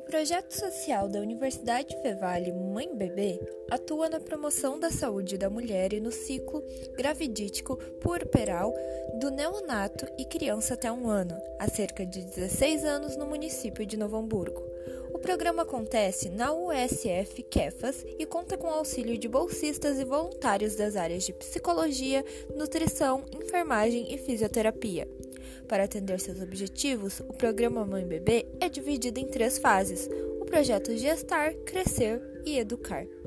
projeto social da Universidade Fevale Mãe Bebê atua na promoção da saúde da mulher e no ciclo gravidítico puerperal do neonato e criança até 1 ano, há cerca de 16 anos no município de Novo Hamburgo. O programa acontece na USF Kefas e conta com o auxílio de bolsistas e voluntários das áreas de psicologia, nutrição, enfermagem e fisioterapia. Para atender seus objetivos, o programa Mãe Bebê é dividido em 3 fases: o projeto Gestar, Crescer e Educar.